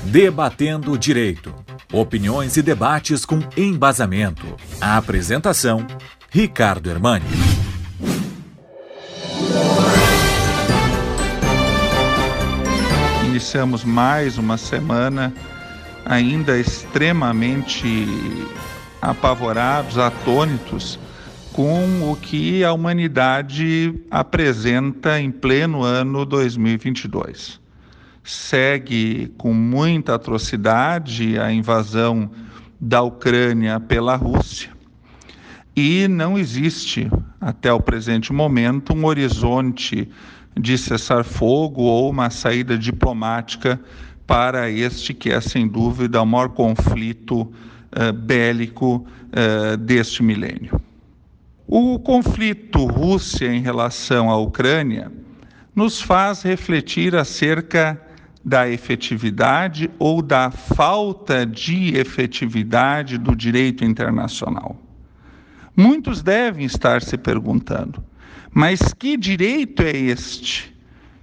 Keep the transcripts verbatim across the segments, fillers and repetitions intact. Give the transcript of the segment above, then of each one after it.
Debatendo o Direito. Opiniões e debates com embasamento. A apresentação, Ricardo Hermani. Iniciamos mais uma semana ainda extremamente apavorados, atônitos com o que a humanidade apresenta em pleno ano dois mil e vinte e dois. Segue com muita atrocidade a invasão da Ucrânia pela Rússia e não existe, até o presente momento, um horizonte de cessar-fogo ou uma saída diplomática para este que é, sem dúvida, o maior conflito uh, bélico uh, deste milênio. O conflito Rússia em relação à Ucrânia nos faz refletir acerca da efetividade ou da falta de efetividade do direito internacional. Muitos devem estar se perguntando, mas que direito é este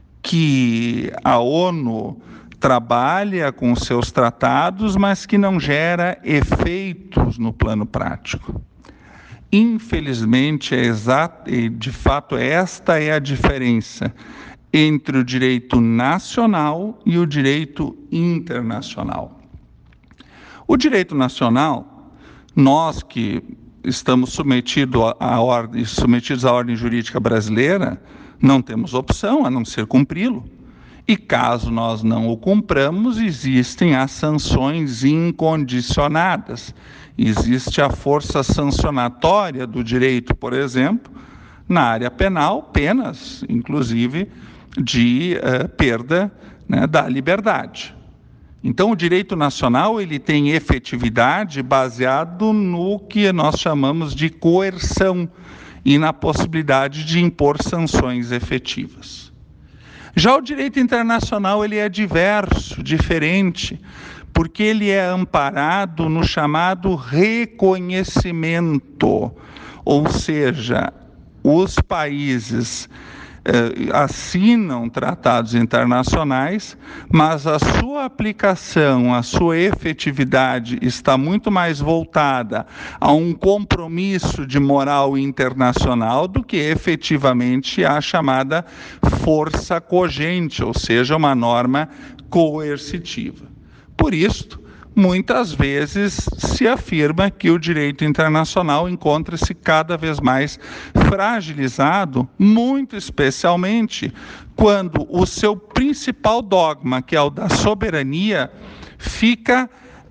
que a ONU trabalha com seus tratados, mas que não gera efeitos no plano prático? Infelizmente, é exato, e de fato esta é a diferença entre o direito nacional e o direito internacional. O direito nacional, nós que estamos submetido à ordem, submetidos à ordem jurídica brasileira, não temos opção a não ser cumpri-lo. E caso nós não o cumpramos, existem as sanções incondicionadas. Existe a força sancionatória do direito, por exemplo, na área penal, penas, inclusive, de uh, perda, né, da liberdade. Então, o direito nacional ele tem efetividade baseado no que nós chamamos de coerção e na possibilidade de impor sanções efetivas. Já o direito internacional ele é diverso, diferente, porque ele é amparado no chamado reconhecimento, ou seja, os países eh, assinam tratados internacionais, mas a sua aplicação, a sua efetividade está muito mais voltada a um compromisso de moral internacional do que efetivamente a chamada força cogente, ou seja, uma norma coercitiva. Por isso, muitas vezes se afirma que o direito internacional encontra-se cada vez mais fragilizado, muito especialmente quando o seu principal dogma, que é o da soberania, fica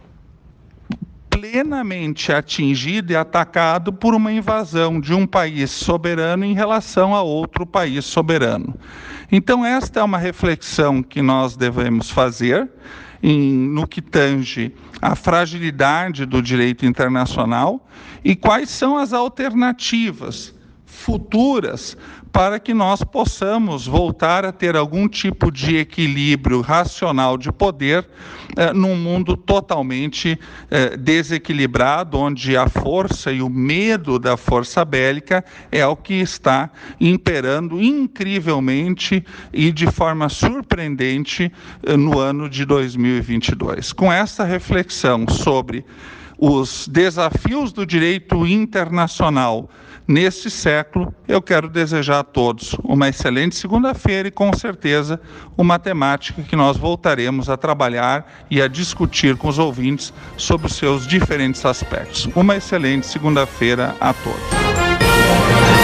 plenamente atingido e atacado por uma invasão de um país soberano em relação a outro país soberano. Então, esta é uma reflexão que nós devemos fazer Em, no que tange à fragilidade do direito internacional e quais são as alternativas futuras para que nós possamos voltar a ter algum tipo de equilíbrio racional de poder eh, num mundo totalmente eh, desequilibrado, onde a força e o medo da força bélica é o que está imperando incrivelmente e de forma surpreendente eh, no ano de dois mil e vinte e dois. Com essa reflexão sobre os desafios do direito internacional neste século, eu quero desejar a todos uma excelente segunda-feira e, com certeza, uma temática que nós voltaremos a trabalhar e a discutir com os ouvintes sobre os seus diferentes aspectos. Uma excelente segunda-feira a todos.